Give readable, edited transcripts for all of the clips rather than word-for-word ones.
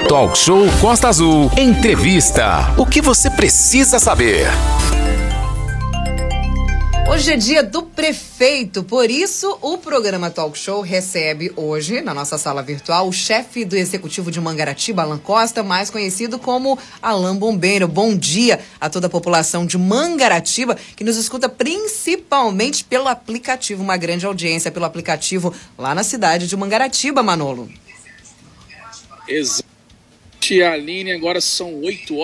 Talk Show Costa Azul. Entrevista. O que você precisa saber? Hoje é dia do prefeito, por isso o programa Talk Show recebe hoje, na nossa sala virtual, o chefe do Executivo de Mangaratiba, Alan Costa, mais conhecido como Alan Bombeiro. Bom dia a toda a população de Mangaratiba, que nos escuta principalmente pelo aplicativo, uma grande audiência pelo aplicativo lá na cidade de Mangaratiba, Manolo. Exato, Aline, agora são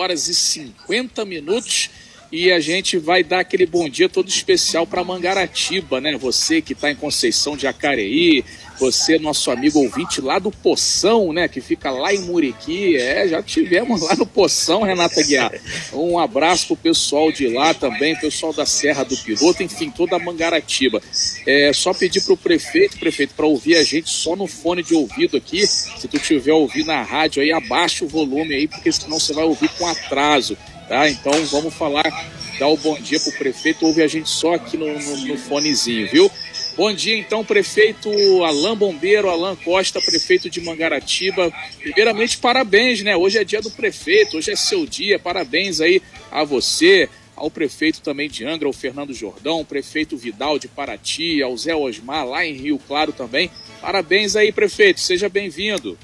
8h50 e a gente vai dar aquele bom dia todo especial para Mangaratiba, né? Você que está em Conceição de Jacareí, você, nosso amigo ouvinte lá do Poção, né? Que fica lá em Muriqui, já tivemos lá no Poção, Renata Guiar. Um abraço pro pessoal de lá também, pessoal da Serra do Piloto, enfim, toda a Mangaratiba. Só pedir pro prefeito, para ouvir a gente só no fone de ouvido aqui. Se tu tiver ouvindo na rádio aí, abaixa o volume aí, porque senão você vai ouvir com atraso. Tá? Então vamos dar o bom dia pro prefeito, ouve a gente só aqui no fonezinho, viu? Bom dia então, prefeito Alan Bombeiro, Alan Costa, prefeito de Mangaratiba. Primeiramente, parabéns, né? Hoje é dia do prefeito, hoje é seu dia, parabéns aí a você, ao prefeito também de Angra, o Fernando Jordão, prefeito Vidal de Paraty, ao Zé Osmar lá em Rio Claro também. Parabéns aí, prefeito, seja bem-vindo.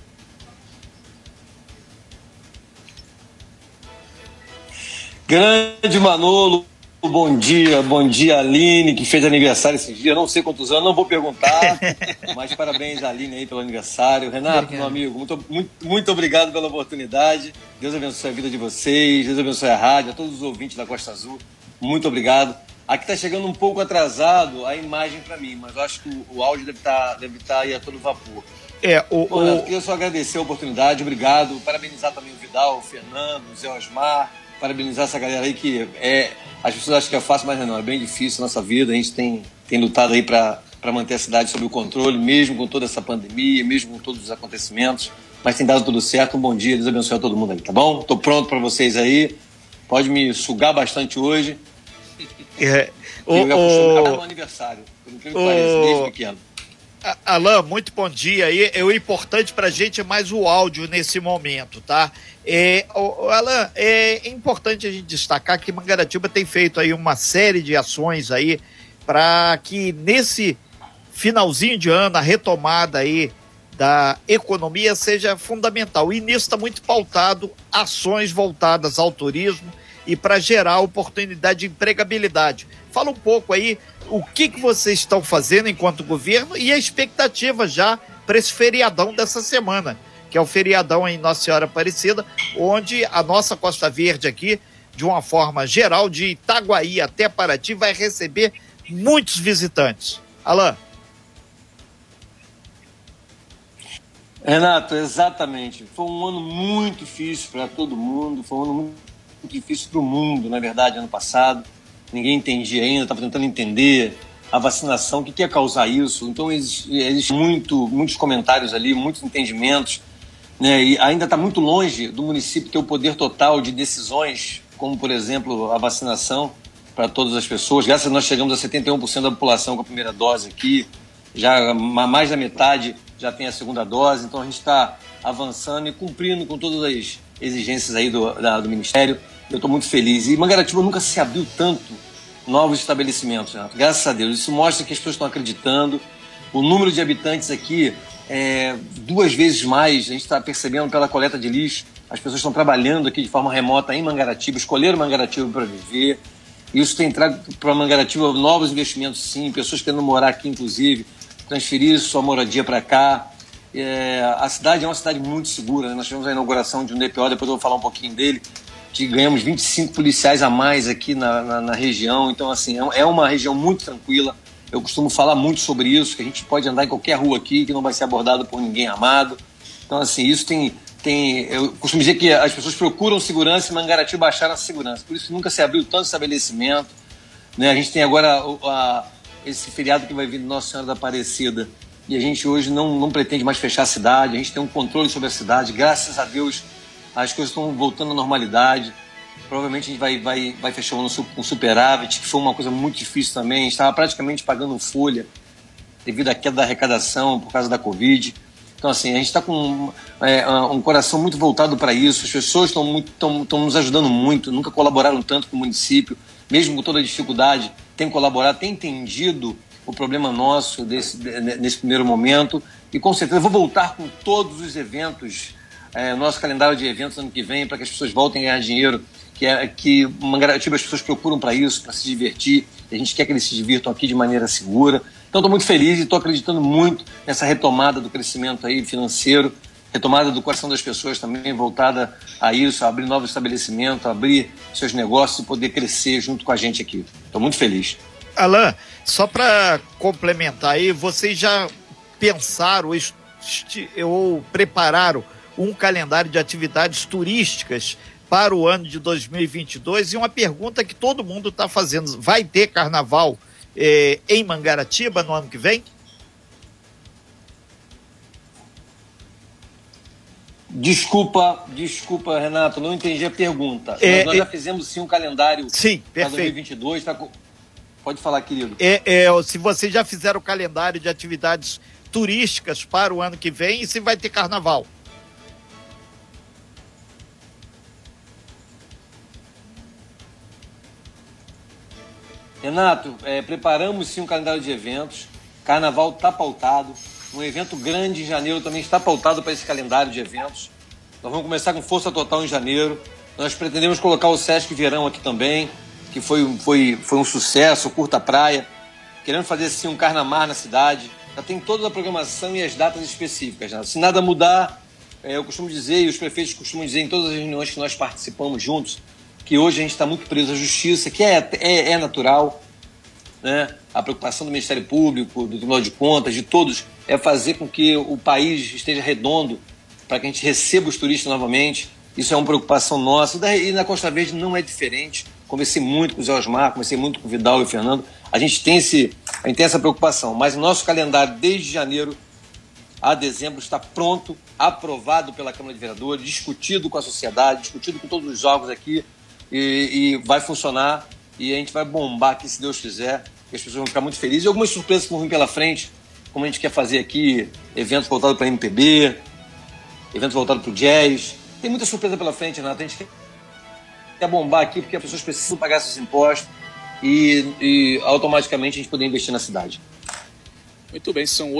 Grande Manolo, bom dia Aline, que fez aniversário esses dias, não sei quantos anos, não vou perguntar, mas parabéns Aline aí pelo aniversário. Renato, meu amigo, muito obrigado pela oportunidade, Deus abençoe a vida de vocês, Deus abençoe a rádio, a todos os ouvintes da Costa Azul, muito obrigado. Aqui está chegando um pouco atrasado a imagem para mim, mas eu acho que o áudio deve estar aí a todo vapor. Renato, queria só agradecer a oportunidade, obrigado, parabenizar também o Vidal, o Fernando, o Zé Osmar, parabenizar essa galera aí que as pessoas acham que é fácil, mas não, é bem difícil a nossa vida, a gente tem lutado aí para manter a cidade sob o controle, mesmo com toda essa pandemia, mesmo com todos os acontecimentos, mas tem dado tudo certo, um bom dia, Deus abençoe a todo mundo aí, tá bom? Tô pronto para vocês aí, pode me sugar bastante hoje, eu já costumo no aniversário, por incrível que pareça, desde pequeno. Alan, muito bom dia. O importante pra gente é mais o áudio nesse momento, tá? Alan, é importante a gente destacar que Mangaratiba tem feito aí uma série de ações aí para que nesse finalzinho de ano a retomada aí da economia seja fundamental. E nisso está muito pautado ações voltadas ao turismo e para gerar oportunidade de empregabilidade. Fala um pouco aí o que vocês estão fazendo enquanto governo e a expectativa já para esse feriadão dessa semana, que é o feriadão em Nossa Senhora Aparecida, onde a nossa Costa Verde aqui, de uma forma geral, de Itaguaí até Paraty, vai receber muitos visitantes. Alan. Renato, exatamente. Foi um ano muito difícil para todo mundo, foi um ano muito difícil para o mundo, na verdade, ano passado. Ninguém entendia ainda, estava tentando entender a vacinação, o que ia causar isso. Então, existe muitos comentários ali, muitos entendimentos, né? E ainda está muito longe do município ter o poder total de decisões, como, por exemplo, a vacinação para todas as pessoas. Graças a Deus, nós chegamos a 71% da população com a primeira dose aqui, já mais da metade já tem a segunda dose, então a gente está avançando e cumprindo com todas as exigências aí do Ministério. Eu estou muito feliz. E Mangaratiba nunca se abriu tanto novos estabelecimentos, Renato. Graças a Deus. Isso mostra que as pessoas estão acreditando. O número de habitantes aqui é 2 vezes mais. A gente está percebendo pela coleta de lixo. As pessoas estão trabalhando aqui de forma remota em Mangaratiba, escolheram Mangaratiba para viver. Isso tem trago para Mangaratiba novos investimentos, sim. Pessoas querendo morar aqui, inclusive, transferir sua moradia para cá. A cidade é uma cidade muito segura, né? Nós tivemos a inauguração de um DPO, depois eu vou falar um pouquinho dele, que ganhamos 25 policiais a mais aqui na região. Então, assim, é uma região muito tranquila. Eu costumo falar muito sobre isso, que a gente pode andar em qualquer rua aqui, que não vai ser abordado por ninguém armado. Então, assim, isso eu costumo dizer que as pessoas procuram segurança e Mangaratiba acharam a segurança. Por isso nunca se abriu tanto estabelecimento, né? A gente tem agora esse feriado que vai vir de Nossa Senhora da Aparecida. E a gente hoje não pretende mais fechar a cidade. A gente tem um controle sobre a cidade. Graças a Deus, as coisas estão voltando à normalidade. Provavelmente a gente vai fechar o ano com superávit, que foi uma coisa muito difícil também. A gente estava praticamente pagando folha devido à queda da arrecadação por causa da Covid. Então, assim, a gente está com um coração muito voltado para isso, as pessoas estão nos ajudando muito, nunca colaboraram tanto com o município, mesmo com toda a dificuldade, tem colaborado, tem entendido o problema nosso nesse primeiro momento, e com certeza vou voltar com todos os eventos, nosso calendário de eventos ano que vem, para que as pessoas voltem a ganhar dinheiro, que Mangaratiba as pessoas procuram para isso, para se divertir, e a gente quer que eles se divirtam aqui de maneira segura. Então estou muito feliz e estou acreditando muito nessa retomada do crescimento aí financeiro, retomada do coração das pessoas também, voltada a isso, a abrir novos estabelecimentos, abrir seus negócios e poder crescer junto com a gente aqui. Estou muito feliz. Alain, só para complementar aí, vocês já pensaram ou prepararam um calendário de atividades turísticas para o ano de 2022? E uma pergunta que todo mundo está fazendo: vai ter carnaval em Mangaratiba no ano que vem? Desculpa, Renato, não entendi a pergunta. Nós já fizemos sim um calendário para 2022. Pode falar, querido. Se vocês já fizeram o calendário de atividades turísticas para o ano que vem, e se vai ter carnaval? Renato, preparamos sim um calendário de eventos. Carnaval está pautado. Um evento grande em janeiro também está pautado para esse calendário de eventos. Nós vamos começar com força total em janeiro. Nós pretendemos colocar o Sesc Verão aqui também, que foi um sucesso, curta praia. Querendo fazer sim um carnamar na cidade. Já tem toda a programação e as datas específicas. Né? Se nada mudar, eu costumo dizer, e os prefeitos costumam dizer em todas as reuniões que nós participamos juntos, que hoje a gente está muito preso à justiça, que é natural, né? A preocupação do Ministério Público, do Tribunal de Contas, de todos, é fazer com que o país esteja redondo para que a gente receba os turistas novamente. Isso é uma preocupação nossa. E na Costa Verde não é diferente. Conversei muito com o Zé Osmar, conversei muito com o Vidal e o Fernando. A gente tem essa preocupação. Mas o nosso calendário, desde janeiro a dezembro, está pronto, aprovado pela Câmara de Vereadores, discutido com a sociedade, discutido com todos os órgãos aqui, e vai funcionar, e a gente vai bombar aqui, se Deus quiser, e as pessoas vão ficar muito felizes. E algumas surpresas que vão vir pela frente, como a gente quer fazer aqui, eventos voltados para a MPB, eventos voltados para o jazz. Tem muita surpresa pela frente, Renato. A gente quer bombar aqui porque as pessoas precisam pagar seus impostos e automaticamente a gente poder investir na cidade. Muito bem, são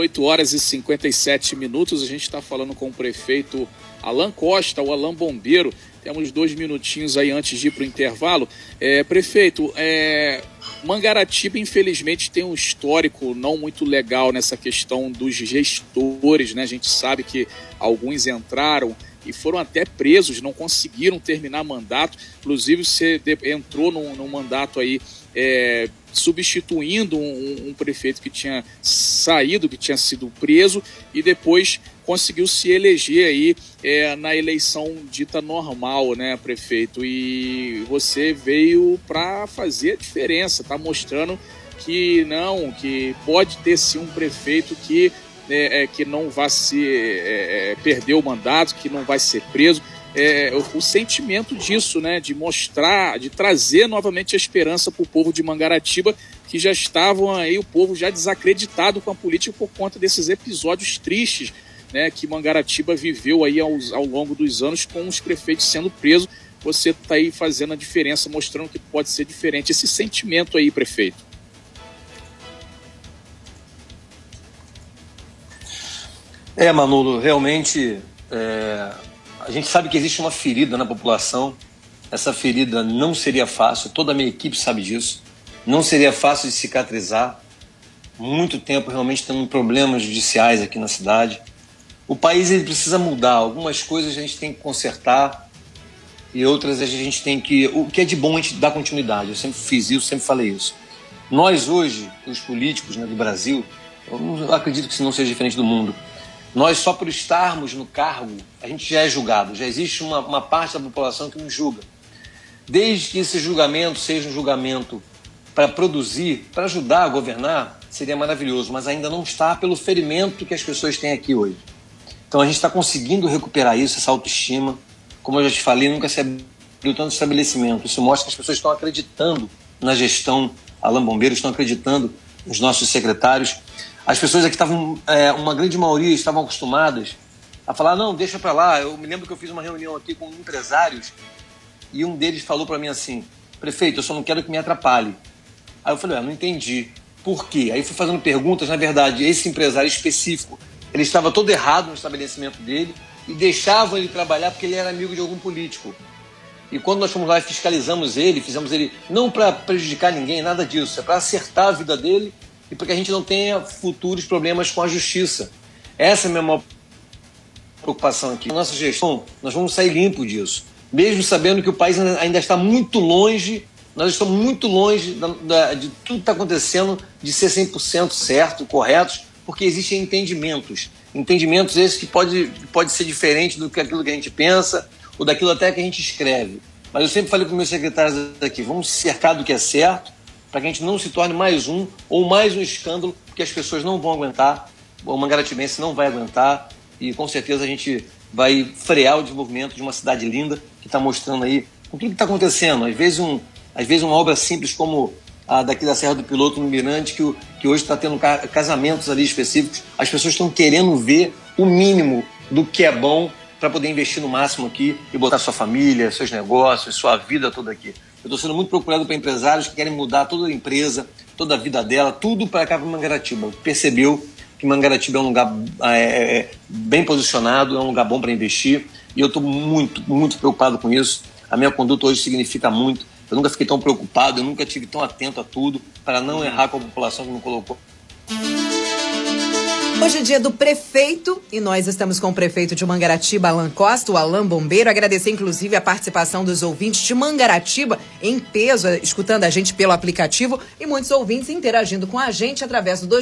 8h57. A gente está falando com o prefeito Alan Costa, o Alan Bombeiro. Temos 2 minutinhos aí antes de ir para o intervalo. Prefeito, Mangaratiba, infelizmente, tem um histórico não muito legal nessa questão dos gestores, né? A gente sabe que alguns entraram e foram até presos, não conseguiram terminar mandato. Inclusive, você entrou num mandato aí substituindo um prefeito que tinha saído, que tinha sido preso, e depois conseguiu se eleger aí na eleição dita normal, né, prefeito? E você veio para fazer a diferença, tá mostrando que pode ter sim um prefeito que não vai perder o mandato, que não vai ser preso. O sentimento disso, né, de mostrar, de trazer novamente a esperança para o povo de Mangaratiba, que já estavam aí, o povo já desacreditado com a política por conta desses episódios tristes, né, que Mangaratiba viveu aí ao longo dos anos, com os prefeitos sendo presos. Você está aí fazendo a diferença, mostrando que pode ser diferente. Esse sentimento aí, prefeito. Manolo, realmente a gente sabe que existe uma ferida na população. Essa ferida não seria fácil, toda a minha equipe sabe disso. Não seria fácil de cicatrizar. Muito tempo realmente tendo problemas judiciais aqui na cidade. O país ele precisa mudar. Algumas coisas a gente tem que consertar e outras a gente tem que... O que é de bom a gente dar continuidade. Eu sempre fiz isso, sempre falei isso. Nós hoje, os políticos, né, do Brasil, eu acredito que isso não seja diferente do mundo. Nós, só por estarmos no cargo, a gente já é julgado. Já existe uma parte da população que nos julga. Desde que esse julgamento seja um julgamento para produzir, para ajudar a governar, seria maravilhoso. Mas ainda não está pelo ferimento que as pessoas têm aqui hoje. Então a gente está conseguindo recuperar isso, essa autoestima. Como eu já te falei, nunca se abriu tanto estabelecimento. Isso mostra que as pessoas estão acreditando na gestão. Alan Bombeiro, estão acreditando nos nossos secretários. As pessoas aqui estavam, uma grande maioria, estavam acostumadas a falar, não, deixa para lá. Eu me lembro que eu fiz uma reunião aqui com empresários e um deles falou para mim assim, prefeito, eu só não quero que me atrapalhe. Aí eu falei, não entendi. Por quê? Aí fui fazendo perguntas, na verdade, esse empresário específico, ele estava todo errado no estabelecimento dele e deixavam ele trabalhar porque ele era amigo de algum político. E quando nós fomos lá e fiscalizamos ele, fizemos ele, não para prejudicar ninguém, nada disso, é para acertar a vida dele e para que a gente não tenha futuros problemas com a justiça. Essa é a minha maior preocupação aqui. Na nossa gestão, nós vamos sair limpo disso. Mesmo sabendo que o país ainda está muito longe, nós estamos muito longe de tudo que está acontecendo, de ser 100% certo, corretos, porque existem entendimentos. Entendimentos esses que pode ser diferente do que aquilo que a gente pensa, ou daquilo até que a gente escreve. Mas eu sempre falei para os meus secretários aqui, vamos se cercar do que é certo, para que a gente não se torne mais um escândalo, porque as pessoas não vão aguentar, o mangaratibense não vai aguentar, e com certeza a gente vai frear o desenvolvimento de uma cidade linda, que está mostrando aí o que está acontecendo. Às vezes uma obra simples como a daqui da Serra do Piloto, no Mirante, que hoje está tendo casamentos ali específicos, as pessoas estão querendo ver o mínimo do que é bom para poder investir no máximo aqui e botar sua família, seus negócios, sua vida toda aqui. Eu estou sendo muito procurado por empresários que querem mudar toda a empresa, toda a vida dela, tudo para cá, para Mangaratiba. Percebeu que Mangaratiba é um lugar bem posicionado, é um lugar bom para investir, e eu estou muito, muito preocupado com isso. A minha conduta hoje significa muito. Eu nunca fiquei tão preocupado, eu nunca estive tão atento a tudo para não errar com a população que me colocou. Hoje é dia do prefeito e nós estamos com o prefeito de Mangaratiba, Alan Costa, o Alan Bombeiro. Agradecer inclusive a participação dos ouvintes de Mangaratiba em peso, escutando a gente pelo aplicativo, e muitos ouvintes interagindo com a gente através do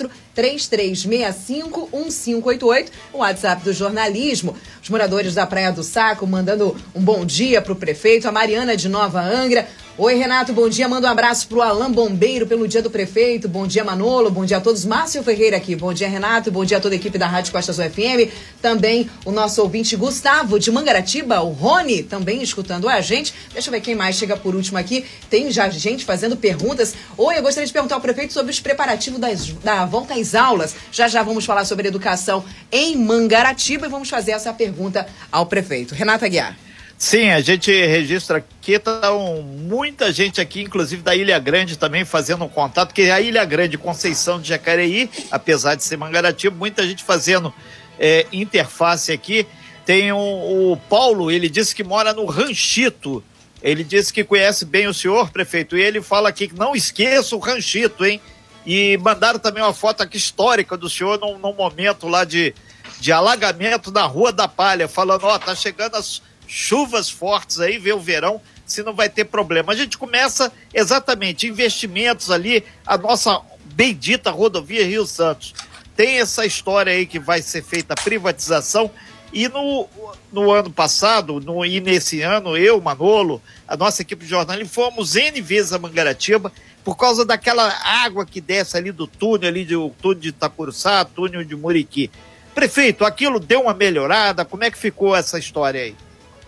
24-3365-1588, o WhatsApp do jornalismo. Os moradores da Praia do Saco mandando um bom dia para o prefeito, a Mariana de Nova Angra. Oi, Renato, bom dia. Manda um abraço pro Alan Bombeiro pelo dia do prefeito. Bom dia, Manolo. Bom dia a todos. Márcio Ferreira aqui. Bom dia, Renato. Bom dia a toda a equipe da Rádio Costa Azul FM. Também o nosso ouvinte Gustavo de Mangaratiba, o Rony, também escutando a gente. Deixa eu ver quem mais chega por último aqui. Tem já gente fazendo perguntas. Oi, eu gostaria de perguntar ao prefeito sobre os preparativos da volta às aulas. Já vamos falar sobre educação em Mangaratiba e vamos fazer essa pergunta ao prefeito. Renata Aguiar. Sim, a gente registra aqui, tá muita gente aqui, inclusive da Ilha Grande também fazendo um contato, porque a Ilha Grande, Conceição de Jacareí, apesar de ser Mangaratiba, muita gente fazendo interface aqui. Tem o Paulo, ele disse que mora no Ranchito, ele disse que conhece bem o senhor, prefeito, e ele fala aqui que não esqueça o Ranchito, hein? E mandaram também uma foto aqui histórica do senhor num momento lá de alagamento na Rua da Palha, falando, tá chegando as chuvas fortes aí, vê o verão, se não vai ter problema. A gente começa exatamente investimentos ali, a nossa bendita rodovia Rio Santos. Tem essa história aí que vai ser feita a privatização, e no ano passado, e nesse ano, eu, Manolo, a nossa equipe de jornalismo, fomos N vezes a Mangaratiba, por causa daquela água que desce ali do túnel, do túnel de Itacuruçá, túnel de Muriqui. Prefeito, aquilo deu uma melhorada? Como é que ficou essa história aí?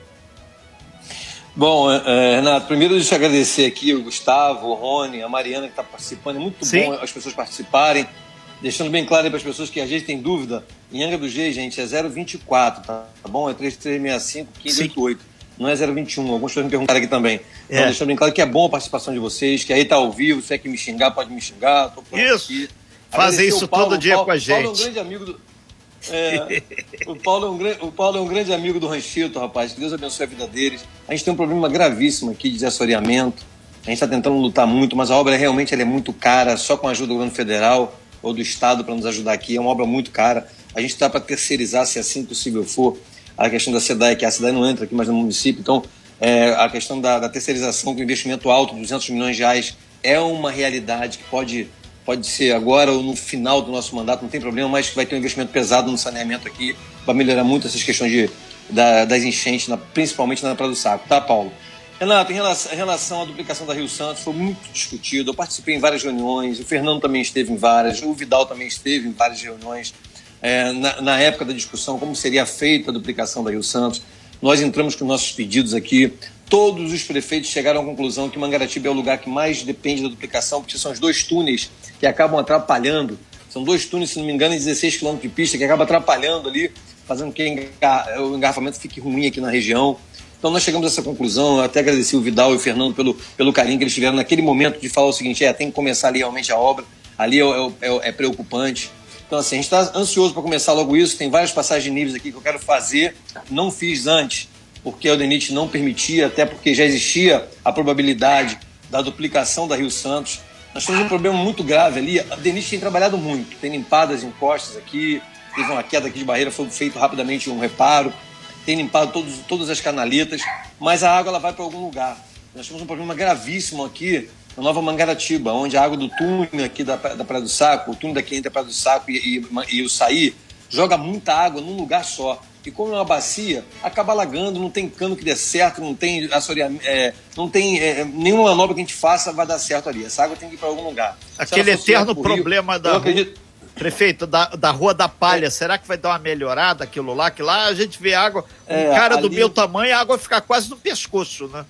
Bom, Renato, primeiro deixa eu agradecer aqui o Gustavo, o Rony, a Mariana que está participando. É muito bom as pessoas participarem, deixando bem claro para as pessoas que a gente tem dúvida. Em Angra do Reis, gente, é 024, tá bom? É 3365-1588, não é 021. Algumas pessoas me perguntaram aqui também. Então, deixando bem claro que é bom a participação de vocês, que aí está ao vivo, se é que me xingar, pode me xingar. Tô por aqui. Fazer isso todo dia com a gente. O Paulo é um grande amigo do... o Paulo é um grande amigo do Ranchito, rapaz, que Deus abençoe a vida deles. A gente tem um problema gravíssimo aqui de desassoreamento, a gente está tentando lutar muito, mas a obra realmente é muito cara, só com a ajuda do governo federal ou do estado para nos ajudar aqui, é uma obra muito cara. A gente está para terceirizar, se assim possível for, a questão da SEDAI, que a SEDAI não entra aqui mais no município, então a questão da terceirização com investimento alto, 200 milhões de reais, é uma realidade que pode ser agora ou no final do nosso mandato, não tem problema, mas que vai ter um investimento pesado no saneamento aqui, vai melhorar muito essas questões das enchentes, principalmente na Praia do Saco, tá, Paulo? Renato, em relação à duplicação da Rio Santos, foi muito discutido, eu participei em várias reuniões, o Fernando também esteve em várias, o Vidal também esteve em várias reuniões, na época da discussão, como seria feita a duplicação da Rio Santos. Nós entramos com nossos pedidos aqui, todos os prefeitos chegaram à conclusão que Mangaratiba é o lugar que mais depende da duplicação, porque são os dois túneis que acabam atrapalhando. São 2 túneis, se não me engano, em 16 km de pista, que acaba atrapalhando ali, fazendo com que o engarrafamento fique ruim aqui na região. Então nós chegamos a essa conclusão. Eu até agradeci o Vidal e o Fernando pelo carinho que eles tiveram naquele momento de falar o seguinte: tem que começar ali realmente a obra, ali é preocupante. Então assim, a gente está ansioso para começar logo isso. Tem várias passagens de níveis aqui que eu quero fazer, não fiz antes, porque o DENIT não permitia, até porque já existia a probabilidade da duplicação da Rio Santos. Nós temos um problema muito grave ali. A DENIT tem trabalhado muito, tem limpado as encostas aqui, teve uma queda aqui de barreira, foi feito rapidamente um reparo, tem limpado todas as canaletas, mas a água ela vai para algum lugar. Nós temos um problema gravíssimo aqui na Nova Mangaratiba, onde a água do túnel aqui da Praia do Saco, o túnel daqui entre a Praia do Saco e o Saí, joga muita água num lugar só. E como é uma bacia, acaba alagando, não tem cano que dê certo, não tem nenhuma manobra que a gente faça vai dar certo ali. Essa água tem que ir para algum lugar. Aquele eterno problema da rua, prefeito, da Rua da Palha, será que vai dar uma melhorada aquilo lá? Que lá a gente vê água, cara ali, do meu tamanho, a água fica quase no pescoço, né?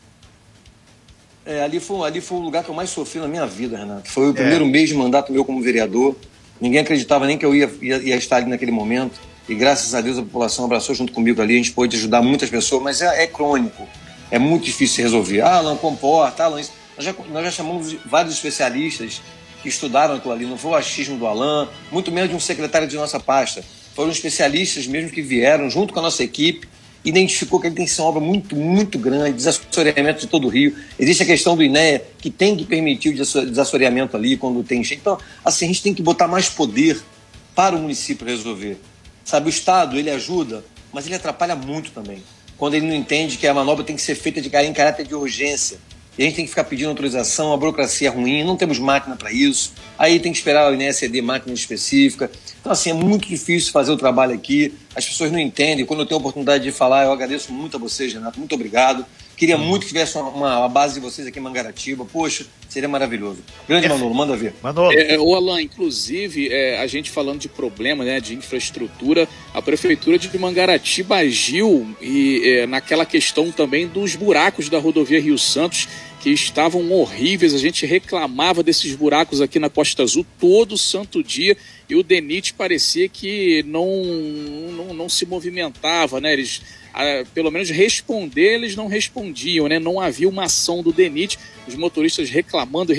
Ali foi o lugar que eu mais sofri na minha vida, Renato. Foi o primeiro mês de mandato meu como vereador. Ninguém acreditava nem que eu ia estar ali naquele momento. E graças a Deus a população abraçou junto comigo ali, a gente pôde ajudar muitas pessoas, mas é crônico, é muito difícil de resolver. Alan, comporta, Alan, isso. Nós já chamamos vários especialistas que estudaram aquilo ali, não foi o achismo do Alan, muito menos de um secretário de nossa pasta. Foram especialistas mesmo que vieram junto com a nossa equipe, identificou que ele tem que ser uma obra muito, muito grande, desassoreamento de todo o Rio. Existe a questão do INEA, que tem que permitir o desassoreamento ali quando tem enchente. Então, assim, a gente tem que botar mais poder para o município resolver. Sabe, o Estado, ele ajuda, mas ele atrapalha muito também. Quando ele não entende que a manobra tem que ser feita em caráter de urgência. E a gente tem que ficar pedindo autorização, a burocracia é ruim, não temos máquina para isso. Aí tem que esperar o INEA ceder máquina específica. Então, assim, é muito difícil fazer o trabalho aqui. As pessoas não entendem. Quando eu tenho a oportunidade de falar, eu agradeço muito a vocês, Renato. Muito obrigado. Queria muito que tivesse uma base de vocês aqui em Mangaratiba. Poxa, seria maravilhoso. Grande Manolo, manda ver. Manolo. O Alan, inclusive, a gente falando de problema, né, de infraestrutura, a Prefeitura de Mangaratiba agiu naquela questão também dos buracos da rodovia Rio Santos, que estavam horríveis. A gente reclamava desses buracos aqui na Costa Azul todo santo dia, e o DENIT parecia que não se movimentava, né? Eles, pelo menos responder, eles não respondiam, né? Não havia uma ação do DENIT, os motoristas reclamando,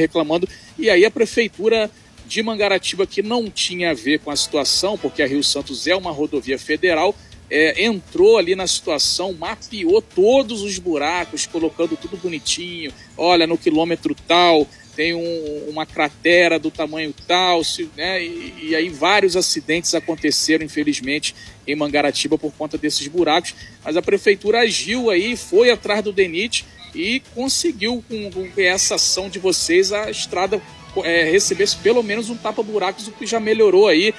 e aí a Prefeitura de Mangaratiba, que não tinha a ver com a situação, porque a Rio Santos é uma rodovia federal, entrou ali na situação, mapeou todos os buracos, colocando tudo bonitinho. Olha, no quilômetro tal tem uma cratera do tamanho tal, né? E aí vários acidentes aconteceram, infelizmente, em Mangaratiba por conta desses buracos. Mas a Prefeitura agiu aí, foi atrás do DENIT e conseguiu, com essa ação de vocês, a estrada recebesse pelo menos um tapa-buracos, o que já melhorou aí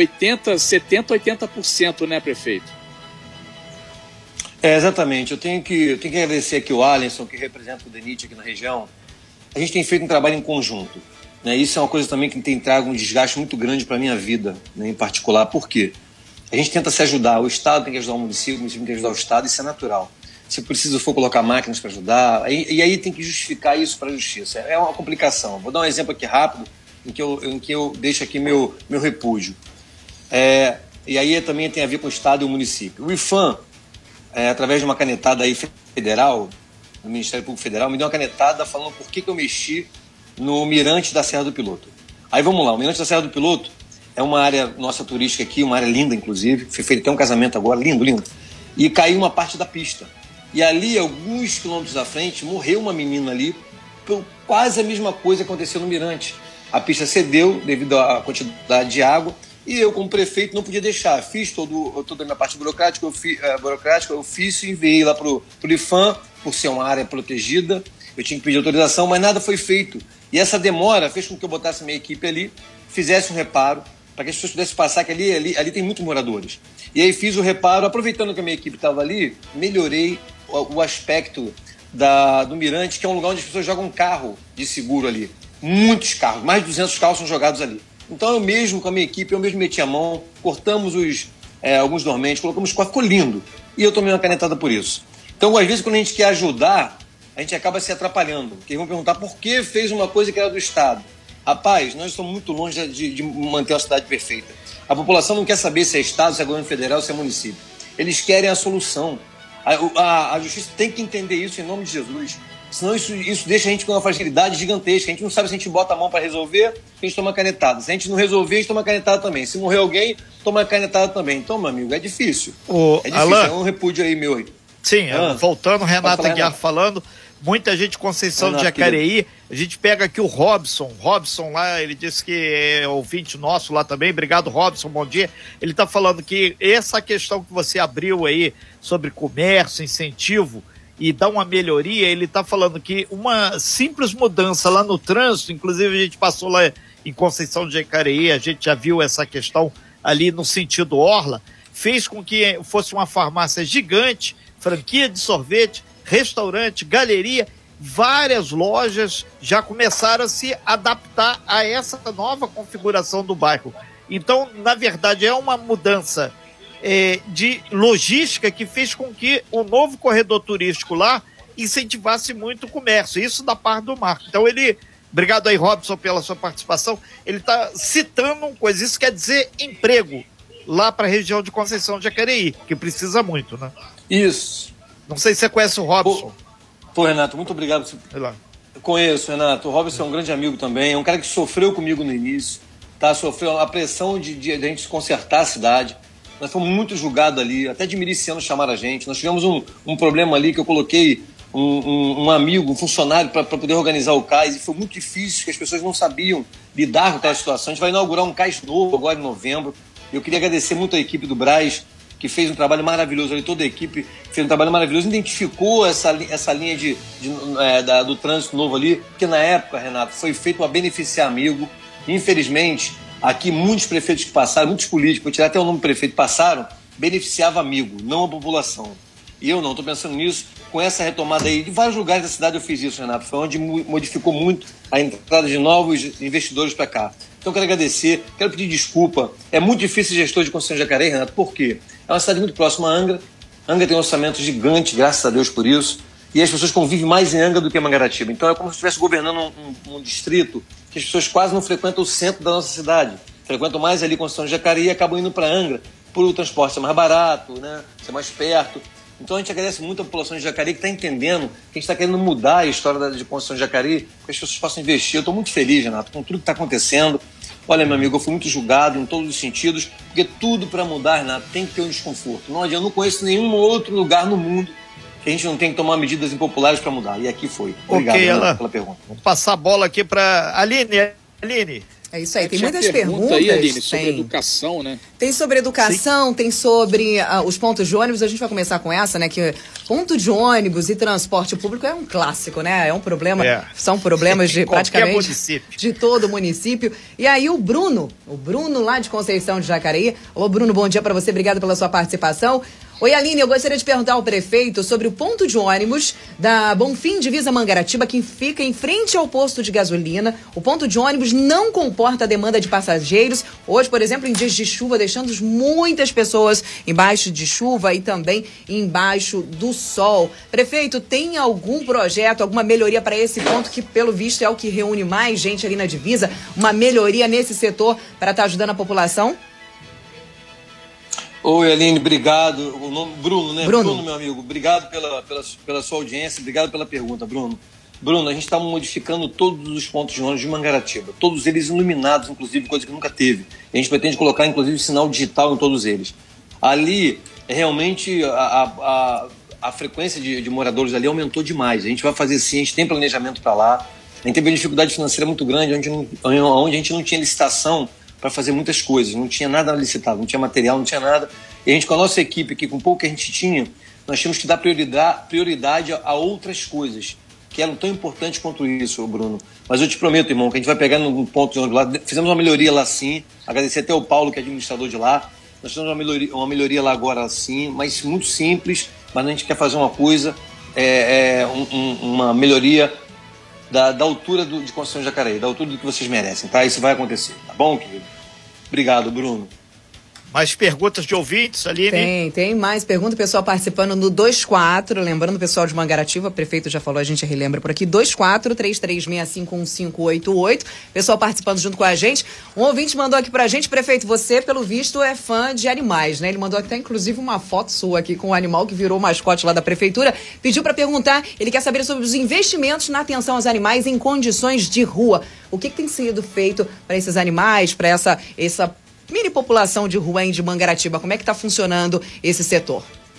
80%, né, prefeito? Exatamente. Eu tenho que agradecer aqui o Alisson, que representa o DENIT aqui na região. A gente tem feito um trabalho em conjunto, né? Isso é uma coisa também que tem trago um desgaste muito grande para a minha vida, né, em particular. Por quê? A gente tenta se ajudar. O Estado tem que ajudar o município tem que ajudar o Estado, isso é natural. Se preciso for colocar máquinas para ajudar, e aí tem que justificar isso para a justiça. É uma complicação. Vou dar um exemplo aqui rápido, em que eu deixo aqui meu repúdio. E aí também tem a ver com o Estado e o município. O IFAM, através de uma canetada aí federal, do Ministério Público Federal, me deu uma canetada falando por que eu mexi no Mirante da Serra do Piloto. Aí vamos lá, o Mirante da Serra do Piloto é uma área nossa turística aqui, uma área linda, inclusive, foi feito até um casamento agora, lindo, e caiu uma parte da pista. E ali, alguns quilômetros à frente, morreu uma menina ali, por quase a mesma coisa que aconteceu no Mirante. A pista cedeu devido à quantidade de água, e eu, como prefeito, não podia deixar. Fiz toda a minha parte burocrática, eu fiz e enviei lá para o IFAM, por ser uma área protegida. Eu tinha que pedir autorização, mas nada foi feito. E essa demora fez com que eu botasse minha equipe ali, fizesse um reparo, para que as pessoas pudessem passar, que ali tem muitos moradores. E aí fiz o reparo, aproveitando que a minha equipe estava ali, melhorei o aspecto do Mirante, que é um lugar onde as pessoas jogam carro de seguro ali. Muitos carros, mais de 200 carros são jogados ali. Então eu mesmo, com a minha equipe, meti a mão, cortamos alguns dormentes, colocamos quatro, ficou lindo. E eu tomei uma canetada por isso. Então, às vezes, quando a gente quer ajudar, a gente acaba se atrapalhando. Porque vão perguntar por que fez uma coisa que era do Estado. Rapaz, nós estamos muito longe de manter uma cidade perfeita. A população não quer saber se é Estado, se é governo federal, se é município. Eles querem a solução. A justiça tem que entender isso em nome de Jesus. Senão isso deixa a gente com uma fragilidade gigantesca. A gente não sabe se a gente bota a mão para resolver, a gente toma canetada. Se a gente não resolver, a gente toma canetada também. Se morrer alguém, toma canetada também. Então, meu amigo, é difícil. É difícil, Alan, é um repúdio aí, meu. Sim, voltando, Renata Guiar falando, muita gente Conceição de Jacareí, a gente pega aqui o Robson lá, ele disse que é ouvinte nosso lá também, obrigado Robson, bom dia, ele está falando que essa questão que você abriu aí sobre comércio, incentivo e dar uma melhoria, ele está falando que uma simples mudança lá no trânsito, inclusive a gente passou lá em Conceição de Jacareí, a gente já viu essa questão ali no sentido Orla, fez com que fosse uma farmácia gigante, franquia de sorvete, restaurante, galeria, várias lojas já começaram a se adaptar a essa nova configuração do bairro. Então, na verdade, é uma mudança de logística que fez com que o novo corredor turístico lá incentivasse muito o comércio, isso da parte do Marco. Então, obrigado aí, Robson, pela sua participação, ele está citando uma coisa, isso quer dizer emprego lá para a região de Conceição de Jacareí, que precisa muito, né? Isso. Não sei se você conhece o Robson. Pô, Renato, muito obrigado. Eu conheço, Renato. O Robson é um grande amigo também. É um cara que sofreu comigo no início. Tá? Sofreu a pressão de a gente consertar a cidade. Nós fomos muito julgados ali. Até de milicianos chamaram a gente. Nós tivemos um problema ali que eu coloquei um amigo, um funcionário para poder organizar o cais. E foi muito difícil, que as pessoas não sabiam lidar com aquela situação. A gente vai inaugurar um cais novo agora em novembro. Eu queria agradecer muito a equipe do Brás, que fez um trabalho maravilhoso ali, toda a equipe fez um trabalho maravilhoso, identificou essa linha do trânsito novo ali, que na época, Renato, foi feito para beneficiar amigo. Infelizmente, aqui muitos prefeitos que passaram, muitos políticos, vou tirar até o nome do prefeito, passaram, beneficiava amigo, não a população. E eu não, estou pensando nisso, com essa retomada aí, de vários lugares da cidade eu fiz isso, Renato, foi onde modificou muito a entrada de novos investidores para cá. Então eu quero agradecer, quero pedir desculpa. É muito difícil ser gestor de Conceição de Jacareí, Renato, por quê? É uma cidade muito próxima a Angra. Angra tem um orçamento gigante, graças a Deus por isso. E as pessoas convivem mais em Angra do que em Mangaratiba. Então é como se estivesse governando um distrito que as pessoas quase não frequentam o centro da nossa cidade. Frequentam mais ali Conceição de Jacareí e acabam indo para Angra por o transporte ser mais barato, né? Ser mais perto. Então a gente agradece muito a população de Jacareí que está entendendo que a gente está querendo mudar a história de Conceição de Jacareí, para que as pessoas possam investir. Eu estou muito feliz, Renato, com tudo que está acontecendo. Olha, meu amigo, eu fui muito julgado em todos os sentidos, porque tudo para mudar, Renato, tem que ter um desconforto. Não adianta, eu não conheço nenhum outro lugar no mundo que a gente não tem que tomar medidas impopulares para mudar. E aqui foi. Obrigado, Renato, pela pergunta. Vamos passar a bola aqui para Aline. Aline. É isso aí, tem muitas perguntas aí, Aline, sobre educação, né? Tem sobre educação, tem sobre os pontos de ônibus. A gente vai começar com essa, né? Que ponto de ônibus e transporte público é um clássico, né? É um problema, são problemas de praticamente de todo o município. E aí o Bruno lá de Conceição de Jacareí. Alô, Bruno, bom dia para você, obrigado pela sua participação. Oi, Aline, eu gostaria de perguntar ao prefeito sobre o ponto de ônibus da Bonfim Divisa Mangaratiba, que fica em frente ao posto de gasolina. O ponto de ônibus não comporta a demanda de passageiros. Hoje, por exemplo, em dias de chuva, deixando muitas pessoas embaixo de chuva e também embaixo do sol. Prefeito, tem algum projeto, alguma melhoria para esse ponto, que pelo visto é o que reúne mais gente ali na divisa? Uma melhoria nesse setor para estar ajudando a população? Oi, Aline, obrigado. O nome Bruno, né? Bruno, meu amigo, obrigado pela sua audiência, obrigado pela pergunta, Bruno. Bruno, a gente está modificando todos os pontos de ônibus de Mangaratiba, todos eles iluminados, inclusive, coisa que nunca teve. A gente pretende colocar, inclusive, sinal digital em todos eles. Ali, realmente, a frequência de moradores ali aumentou demais. A gente vai fazer sim, a gente tem planejamento para lá. A gente teve uma dificuldade financeira muito grande, onde a gente não tinha licitação para fazer muitas coisas, não tinha nada licitado, não tinha material, não tinha nada. E a gente, com a nossa equipe aqui, com o pouco que a gente tinha, nós tínhamos que dar prioridade a outras coisas, que eram tão importantes quanto isso, Bruno. Mas eu te prometo, irmão, que a gente vai pegar no ponto de ônibus lá, fizemos uma melhoria lá sim, agradecer até o Paulo, que é administrador de lá, nós fizemos uma melhoria lá agora sim, mas muito simples, mas a gente quer fazer uma coisa, uma melhoria da altura de Conceição de Jacareí, da altura do que vocês merecem, tá? Isso vai acontecer, tá bom, querido? Obrigado, Bruno. Mais perguntas de ouvintes, Aline? Tem mais perguntas, pessoal participando no 24, lembrando o pessoal de Mangaratiba, o prefeito já falou, a gente relembra por aqui, 24-3365-1588, pessoal participando junto com a gente. Um ouvinte mandou aqui pra gente, prefeito, você, pelo visto, é fã de animais, né? Ele mandou até, inclusive, uma foto sua aqui com o animal que virou mascote lá da prefeitura, pediu pra perguntar, ele quer saber sobre os investimentos na atenção aos animais em condições de rua. O que tem sido feito para esses animais, para essa mini população de rua de Mangaratiba? Como é que está funcionando esse setor?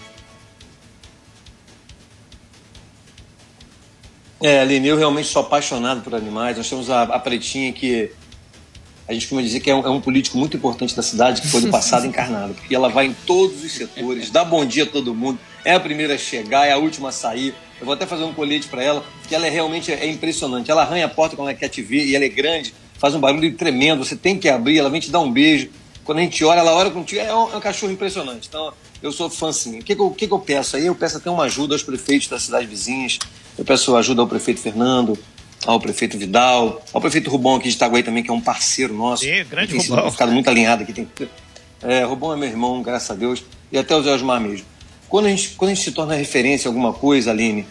Aline, eu realmente sou apaixonado por animais. Nós temos a Pretinha, que a gente costuma dizer que é um político muito importante da cidade, que foi do passado encarnado, porque ela vai em todos os setores, dá bom dia a todo mundo, é a primeira a chegar, é a última a sair. Eu vou até fazer um colete para ela, que ela realmente é impressionante. Ela arranha a porta quando ela quer te ver, e ela é grande, faz um barulho tremendo, você tem que abrir, ela vem te dar um beijo. Quando a gente ora, ela ora contigo, é um cachorro impressionante. Então, eu sou fã, sim. O que eu peço aí? Eu peço até uma ajuda aos prefeitos das cidades vizinhas, eu peço ajuda ao prefeito Fernando, ao prefeito Vidal, ao prefeito Rubão aqui de Itaguaí também, que é um parceiro nosso. Sim, grande Rubão. Rubão. Ficado muito alinhado aqui. Rubão é meu irmão, graças a Deus, e até o Zé Osmar mesmo. Quando a gente se torna referência em alguma coisa, Aline,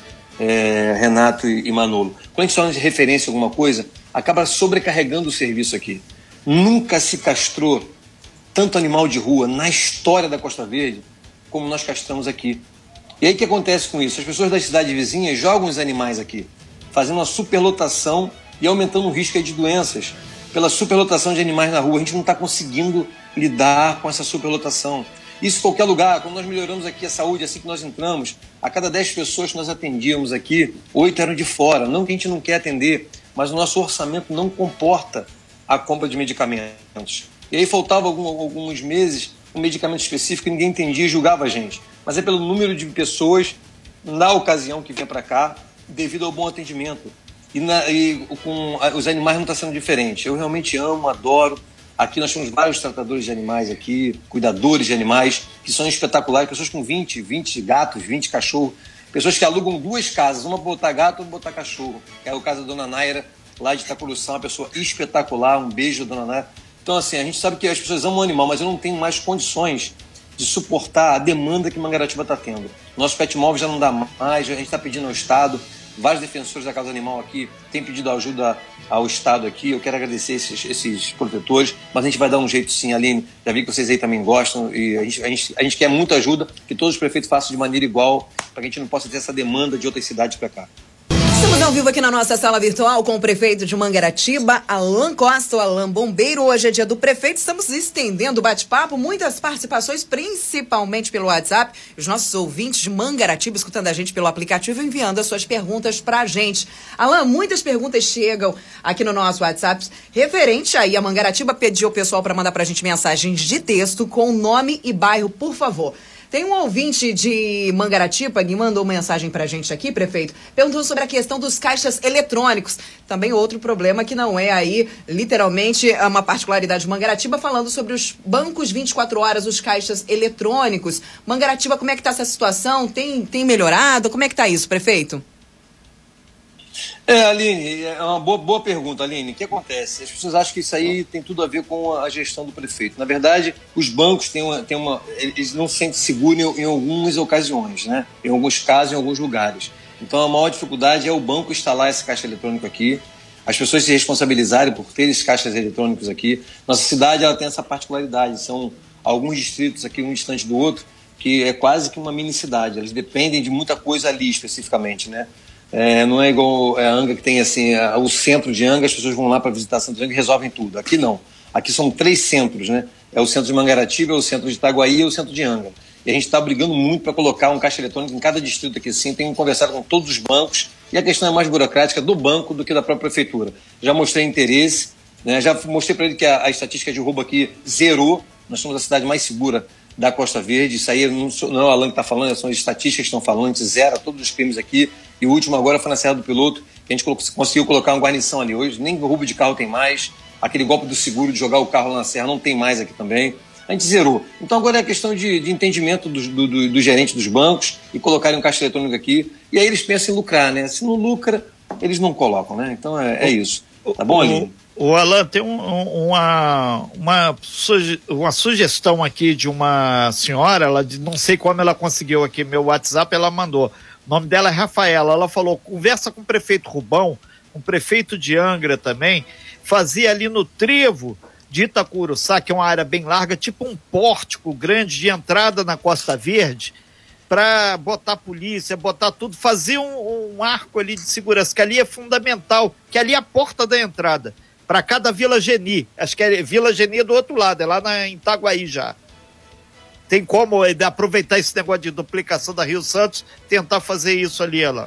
Renato e Manolo, quando a gente se torna referência em alguma coisa, acaba sobrecarregando o serviço aqui. Nunca se castrou tanto animal de rua na história da Costa Verde como nós castramos aqui. E aí o que acontece com isso? As pessoas das cidades vizinhas jogam os animais aqui, fazendo uma superlotação e aumentando o risco aí de doenças pela superlotação de animais na rua. A gente não está conseguindo lidar com essa superlotação. Isso em qualquer lugar. Quando nós melhoramos aqui a saúde, assim que nós entramos, a cada 10 pessoas que nós atendíamos aqui, 8 eram de fora. Não que a gente não quer atender, mas o nosso orçamento não comporta a compra de medicamentos. E aí faltava alguns meses um medicamento específico, ninguém entendia e julgava a gente. Mas é pelo número de pessoas, na ocasião que vem para cá, devido ao bom atendimento. E com os animais não está sendo diferente. Eu realmente amo, adoro. Aqui nós temos vários tratadores de animais aqui, cuidadores de animais, que são espetaculares, pessoas com 20 gatos, 20 cachorros, pessoas que alugam 2 casas, uma para botar gato, outra para botar cachorro. É o caso da Dona Naira, lá de Itacuruçá, uma pessoa espetacular, um beijo, Dona Naira. Então, assim, a gente sabe que as pessoas amam o animal, mas eu não tenho mais condições de suportar a demanda que Mangaratiba está tendo. Nosso pet móvel já não dá mais, a gente está pedindo ao Estado, vários defensores da causa animal aqui têm pedido ajuda ao Estado aqui, eu quero agradecer esses protetores, mas a gente vai dar um jeito sim, Aline, já vi que vocês aí também gostam, e a gente quer muita ajuda, que todos os prefeitos façam de maneira igual, para que a gente não possa ter essa demanda de outras cidades para cá. Estamos ao vivo aqui na nossa sala virtual com o prefeito de Mangaratiba, Alan Costa, o Alan Bombeiro. Hoje é dia do prefeito, estamos estendendo o bate-papo, muitas participações, principalmente pelo WhatsApp. Os nossos ouvintes de Mangaratiba escutando a gente pelo aplicativo, enviando as suas perguntas pra gente. Alan, muitas perguntas chegam aqui no nosso WhatsApp, referente aí a Mangaratiba. Pediu o pessoal para mandar pra gente mensagens de texto com nome e bairro, por favor. Tem um ouvinte de Mangaratiba que mandou mensagem pra gente aqui, prefeito, perguntando sobre a questão dos caixas eletrônicos. Também outro problema que não é aí, literalmente, uma particularidade de Mangaratiba, falando sobre os bancos 24 horas, os caixas eletrônicos. Mangaratiba, como é que tá essa situação? Tem melhorado? Como é que tá isso, prefeito? Aline, é uma boa pergunta, Aline. O que acontece? As pessoas acham que isso aí tem tudo a ver com a gestão do prefeito. Na verdade, os bancos eles não se sentem seguros em algumas ocasiões, né? Em alguns casos, em alguns lugares. Então, a maior dificuldade é o banco instalar esse caixa eletrônico aqui, as pessoas se responsabilizarem por ter esses caixas eletrônicos aqui. Nossa cidade ela tem essa particularidade. São alguns distritos aqui, um distante do outro, que é quase que uma mini cidade. Eles dependem de muita coisa ali, especificamente, né? Não é igual a Anga, que tem assim, o centro de Anga, as pessoas vão lá para visitar o centro de Anga e resolvem tudo. Aqui não. Aqui são 3 centros, né? É o centro de Mangaratiba, é o centro de Itaguaí e é o centro de Anga. E a gente está brigando muito para colocar um caixa eletrônico em cada distrito aqui, sim. Tenho conversado com todos os bancos e a questão é mais burocrática do banco do que da própria prefeitura. Já mostrei interesse, né? Já mostrei para ele que a estatística de roubo aqui zerou. Nós somos a cidade mais segura da Costa Verde. Isso aí não é o Alan que está falando, são as estatísticas que estão falando. A gente zera todos os crimes aqui. E o último agora foi na Serra do Piloto, que a gente conseguiu colocar uma guarnição ali. Hoje nem roubo de carro tem mais. Aquele golpe do seguro de jogar o carro lá na Serra não tem mais aqui também. A gente zerou. Então agora é a questão de entendimento do gerente dos bancos e colocarem um caixa eletrônico aqui. E aí eles pensam em lucrar, né? Se não lucra, eles não colocam, né? Então é isso. Tá bom, Aline? O Alan, tem uma sugestão aqui de uma senhora, não sei como ela conseguiu aqui meu WhatsApp, ela mandou. O nome dela é Rafaela. Ela falou: conversa com o prefeito Rubão, com o prefeito de Angra também, fazia ali no trevo de Itacuruçá, que é uma área bem larga, tipo um pórtico grande de entrada na Costa Verde, para botar polícia, botar tudo, fazer um arco ali de segurança, que ali é fundamental, que ali é a porta da entrada, para cada Vila Geni. Acho que é Vila Geni do outro lado, é lá em Itaguaí já. Tem como aproveitar esse negócio de duplicação da Rio Santos, tentar fazer isso ali, Alan?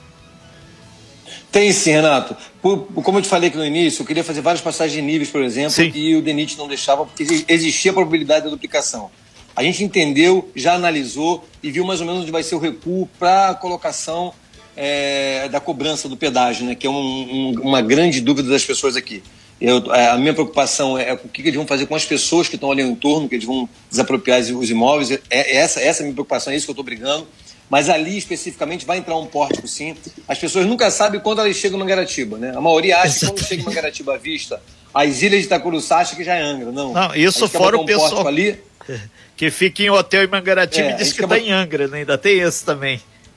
Tem sim, Renato. Como eu te falei aqui no início, eu queria fazer várias passagens de níveis, por exemplo, sim, e o DENIT não deixava, porque existia a probabilidade da duplicação. A gente entendeu, já analisou e viu mais ou menos onde vai ser o recuo para a colocação da cobrança do pedágio, né, que é uma grande dúvida das pessoas aqui. A minha preocupação é o que eles vão fazer com as pessoas que estão ali ao entorno, que eles vão desapropriar os imóveis. Essa é a minha preocupação, é isso que eu estou brigando. Mas ali, especificamente, vai entrar um pórtico, sim. As pessoas nunca sabem quando elas chegam em Mangaratiba, né? A maioria acha que quando chega em Mangaratiba à vista, as ilhas de Itacuruçá acha que já é Angra. Não, isso fora o pessoal ali que fica em hotel em Mangaratiba e diz que está em Angra, né? Ainda tem esse também.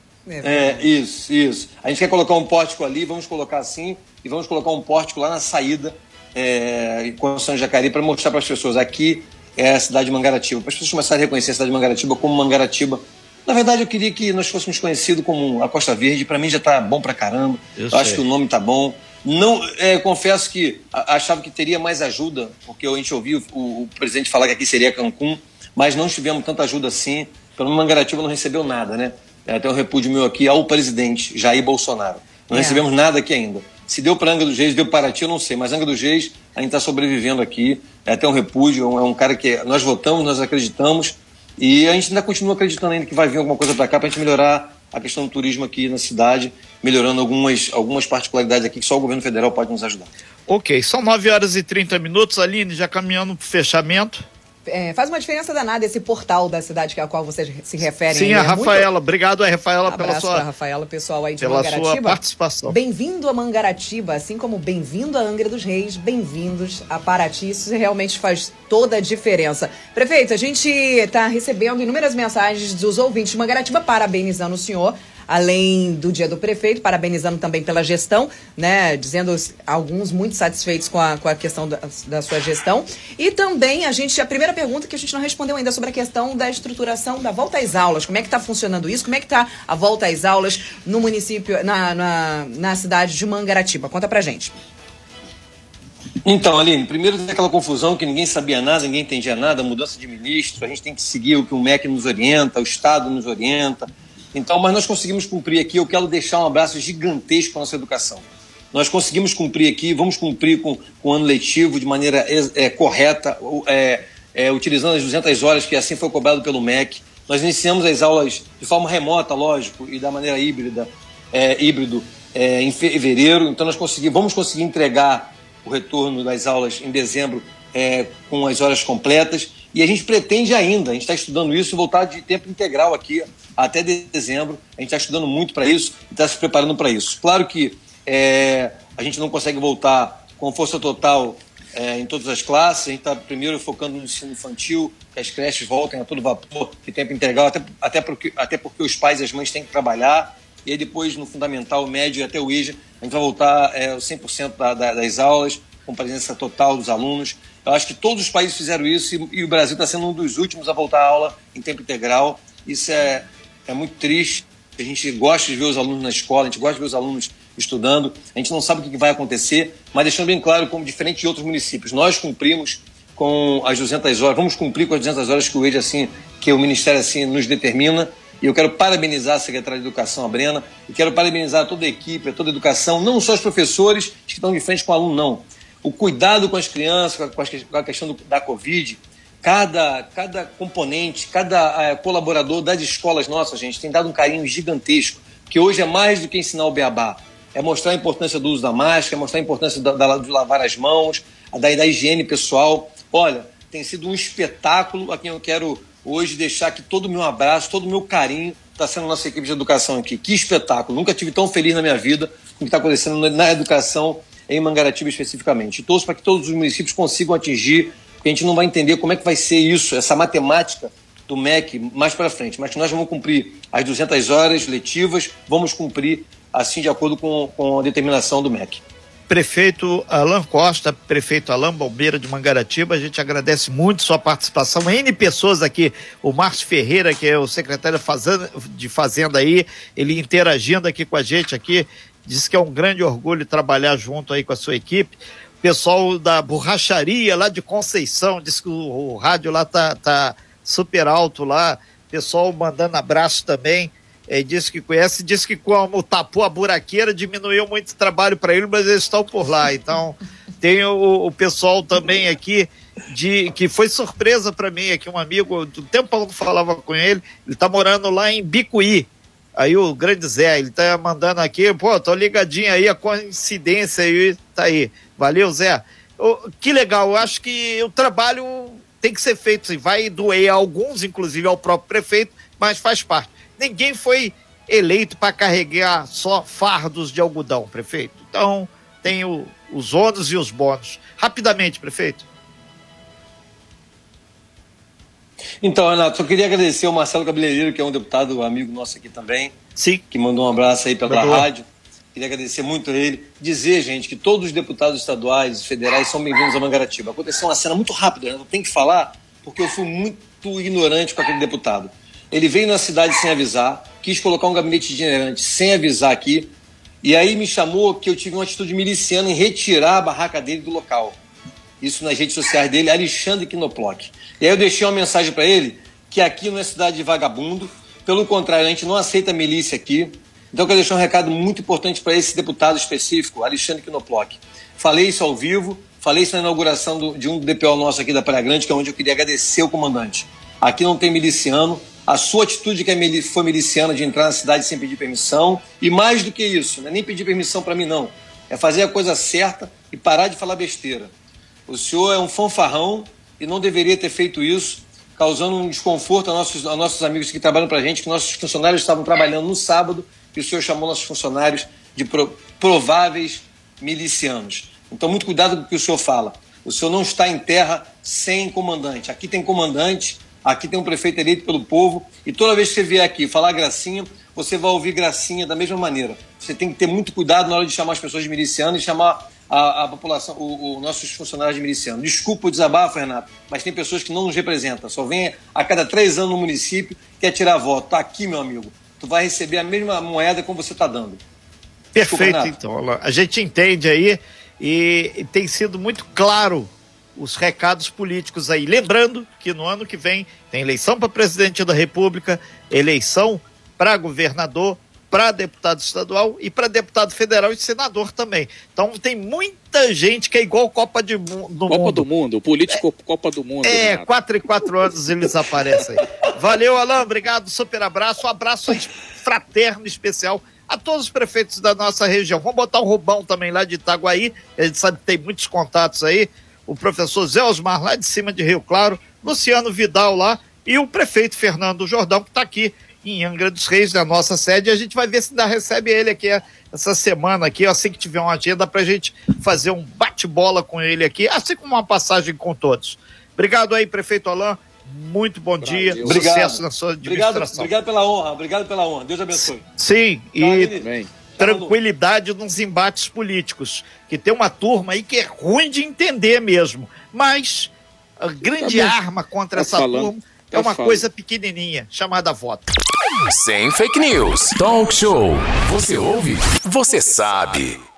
Isso. A gente quer colocar um pórtico ali, vamos colocar assim, e vamos colocar um pórtico lá na saída, em Constituição de Jacareí, para mostrar para as pessoas, aqui é a cidade de Mangaratiba. Para as pessoas começarem a reconhecer a cidade de Mangaratiba como Mangaratiba. Na verdade, eu queria que nós fôssemos conhecidos como a Costa Verde. Para mim já tá bom pra caramba. Eu acho que o nome tá bom. Não, confesso que achava que teria mais ajuda, porque a gente ouviu o presidente falar que aqui seria Cancún, mas não tivemos tanta ajuda assim. Pelo menos Mangaratiba não recebeu nada, né? Até um repúdio meu aqui ao presidente Jair Bolsonaro. Não recebemos nada aqui ainda. Se deu para Angra dos Reis, deu para Paraty, eu não sei, mas Angra dos Reis a gente está sobrevivendo aqui. Até um repúdio, é um cara que nós votamos, nós acreditamos. E a gente ainda continua acreditando ainda que vai vir alguma coisa para cá para a gente melhorar a questão do turismo aqui na cidade, melhorando algumas particularidades aqui que só o governo federal pode nos ajudar. Ok, são 9h30, Aline, já caminhando para o fechamento. Faz uma diferença danada esse portal da cidade a qual vocês se referem. Sim, a Rafaela. Obrigado, Rafaela, pela sua... Rafaela, pessoal aí de Mangaratiba. Pela sua participação. Bem-vindo a Mangaratiba, assim como bem-vindo a Angra dos Reis, bem-vindos a Paraty. Isso realmente faz toda a diferença. Prefeito, a gente está recebendo inúmeras mensagens dos ouvintes de Mangaratiba parabenizando o senhor, além do Dia do Prefeito, parabenizando também pela gestão, né, dizendo alguns muito satisfeitos com a questão da sua gestão. E também a primeira pergunta que a gente não respondeu ainda sobre a questão da estruturação da volta às aulas. Como é que está funcionando isso? Como é que está a volta às aulas no município, na cidade de Mangaratiba? Conta pra gente. Então, Aline, primeiro tem aquela confusão que ninguém sabia nada, ninguém entendia nada, mudança de ministro, a gente tem que seguir o que o MEC nos orienta, o Estado nos orienta. Então, mas nós conseguimos cumprir aqui. Eu quero deixar um abraço gigantesco para a nossa educação. Nós conseguimos cumprir aqui, vamos cumprir com o ano letivo de maneira correta, utilizando as 200 horas, que assim foi cobrado pelo MEC. Nós iniciamos as aulas de forma remota, lógico, e da maneira híbrido em fevereiro. Então, vamos conseguir entregar o retorno das aulas em dezembro com as horas completas. E a gente pretende ainda, a gente está estudando isso, voltar de tempo integral aqui até dezembro. A gente está estudando muito para isso e está se preparando para isso. Claro que a gente não consegue voltar com força total em todas as classes. A gente está primeiro focando no ensino infantil, que as creches voltem a todo vapor, de tempo integral, até porque os pais e as mães têm que trabalhar. E aí depois, no fundamental, médio e até o EJA, a gente vai voltar 100% das aulas, com presença total dos alunos. Eu acho que todos os países fizeram isso e o Brasil está sendo um dos últimos a voltar à aula em tempo integral. Isso é muito triste. A gente gosta de ver os alunos na escola, a gente gosta de ver os alunos estudando. A gente não sabe o que vai acontecer, mas deixando bem claro, como diferente de outros municípios, nós cumprimos com as 200 horas, vamos cumprir com as 200 horas que o EJA, assim, que o Ministério assim nos determina. E eu quero parabenizar a Secretaria de Educação, a Brena, e quero parabenizar toda a equipe, toda a educação, não só os professores que estão de frente com o aluno, não. O cuidado com as crianças, com a questão da Covid, cada componente, cada colaborador das escolas nossas, gente, tem dado um carinho gigantesco, que hoje é mais do que ensinar o beabá. É mostrar a importância do uso da máscara, é mostrar a importância de lavar as mãos, da higiene pessoal. Olha, tem sido um espetáculo a quem eu quero hoje deixar aqui todo o meu abraço, todo o meu carinho, está sendo a nossa equipe de educação aqui. Que espetáculo! Nunca tive tão feliz na minha vida com o que está acontecendo na educação em Mangaratiba especificamente. Torço para que todos os municípios consigam atingir, porque a gente não vai entender como é que vai ser isso, essa matemática do MEC mais para frente, mas que nós vamos cumprir as 200 horas letivas, vamos cumprir assim de acordo com a determinação do MEC. Prefeito Alan Costa, prefeito Alan Bombeira de Mangaratiba, a gente agradece muito sua participação. N pessoas aqui, o Márcio Ferreira, que é o secretário de Fazenda aí, ele interagindo aqui com a gente aqui, disse que é um grande orgulho trabalhar junto aí com a sua equipe. O pessoal da borracharia lá de Conceição, disse que o rádio lá tá super alto lá, pessoal mandando abraço também. Disse que conhece, disse que como tapou a buraqueira diminuiu muito o trabalho para ele, mas eles estão por lá. Então tem o pessoal também aqui que foi surpresa para mim aqui, um amigo, do tempo que eu falava com ele está morando lá em Bicuí, aí o grande Zé, ele tá mandando aqui, tô ligadinho aí, a coincidência aí, tá aí, valeu Zé, que legal, eu acho que o trabalho tem que ser feito, assim, vai doer a alguns, inclusive ao próprio prefeito, mas faz parte. Ninguém foi eleito para carregar só fardos de algodão, prefeito. Então, tem os ônus e os bônus. Rapidamente, prefeito. Então, Renato, só queria agradecer ao Marcelo Cabeleireiro, que é um deputado amigo nosso aqui também. Sim. Que mandou um abraço aí pela rádio. Queria agradecer muito a ele. Dizer, gente, que todos os deputados estaduais e federais são bem-vindos a Mangaratiba. Aconteceu uma cena muito rápida, né? Eu tenho que falar, porque eu fui muito ignorante com aquele deputado. Ele veio na cidade sem avisar, quis colocar um gabinete itinerante sem avisar aqui, e aí me chamou que eu tive uma atitude miliciana em retirar a barraca dele do local. Isso nas redes sociais dele, Alexandre Knoploch. E aí eu deixei uma mensagem para ele que aqui não é cidade de vagabundo, pelo contrário, a gente não aceita milícia aqui. Então eu quero deixar um recado muito importante para esse deputado específico, Alexandre Knoploch. Falei isso ao vivo, falei isso na inauguração de um DPO nosso aqui da Praia Grande, que é onde eu queria agradecer o comandante. Aqui não tem miliciano. A sua atitude que foi miliciana de entrar na cidade sem pedir permissão, e mais do que isso, não é nem pedir permissão para mim não, é fazer a coisa certa e parar de falar besteira. O senhor é um fanfarrão e não deveria ter feito isso, causando um desconforto a nossos amigos que trabalham para a gente, que nossos funcionários estavam trabalhando no sábado e o senhor chamou nossos funcionários de prováveis milicianos. Então muito cuidado com o que o senhor fala. O senhor não está em terra sem comandante. Aqui tem comandante. Aqui tem um prefeito eleito pelo povo e toda vez que você vier aqui falar gracinha, você vai ouvir gracinha da mesma maneira. Você tem que ter muito cuidado na hora de chamar as pessoas de milicianos e chamar a população, os nossos funcionários de milicianos. Desculpa o desabafo, Renato, mas tem pessoas que não nos representam. Só vem a cada 3 anos no município, quer tirar voto. Tá aqui, meu amigo. Tu vai receber a mesma moeda como você está dando. Perfeito, desculpa, então. A gente entende aí e tem sido muito claro os recados políticos aí. Lembrando que no ano que vem tem eleição para presidente da República, eleição para governador, para deputado estadual e para deputado federal e senador também. Então tem muita gente que é igual Copa do Mundo. Copa do Mundo, o político Copa do Mundo. 4 em 4 anos eles aparecem aí. Valeu, Alan, obrigado, super abraço, um abraço fraterno especial a todos os prefeitos da nossa região. Vamos botar o Rubão também lá de Itaguaí, a gente sabe que tem muitos contatos aí, o professor Zé Osmar lá de cima de Rio Claro, Luciano Vidal lá e o prefeito Fernando Jordão, que está aqui em Angra dos Reis, na nossa sede, e a gente vai ver se ainda recebe ele aqui essa semana aqui, assim que tiver uma agenda, para a gente fazer um bate-bola com ele aqui, assim como uma passagem com todos. Obrigado aí, prefeito Alan, muito bom dia, sucesso na sua administração. Obrigado pela honra, Deus abençoe. Sim, e tranquilidade nos embates políticos, que tem uma turma aí que é ruim de entender mesmo, mas a grande arma contra essa turma é uma coisa pequenininha, chamada voto. Sem fake news. Talk show. Você ouve? Você sabe.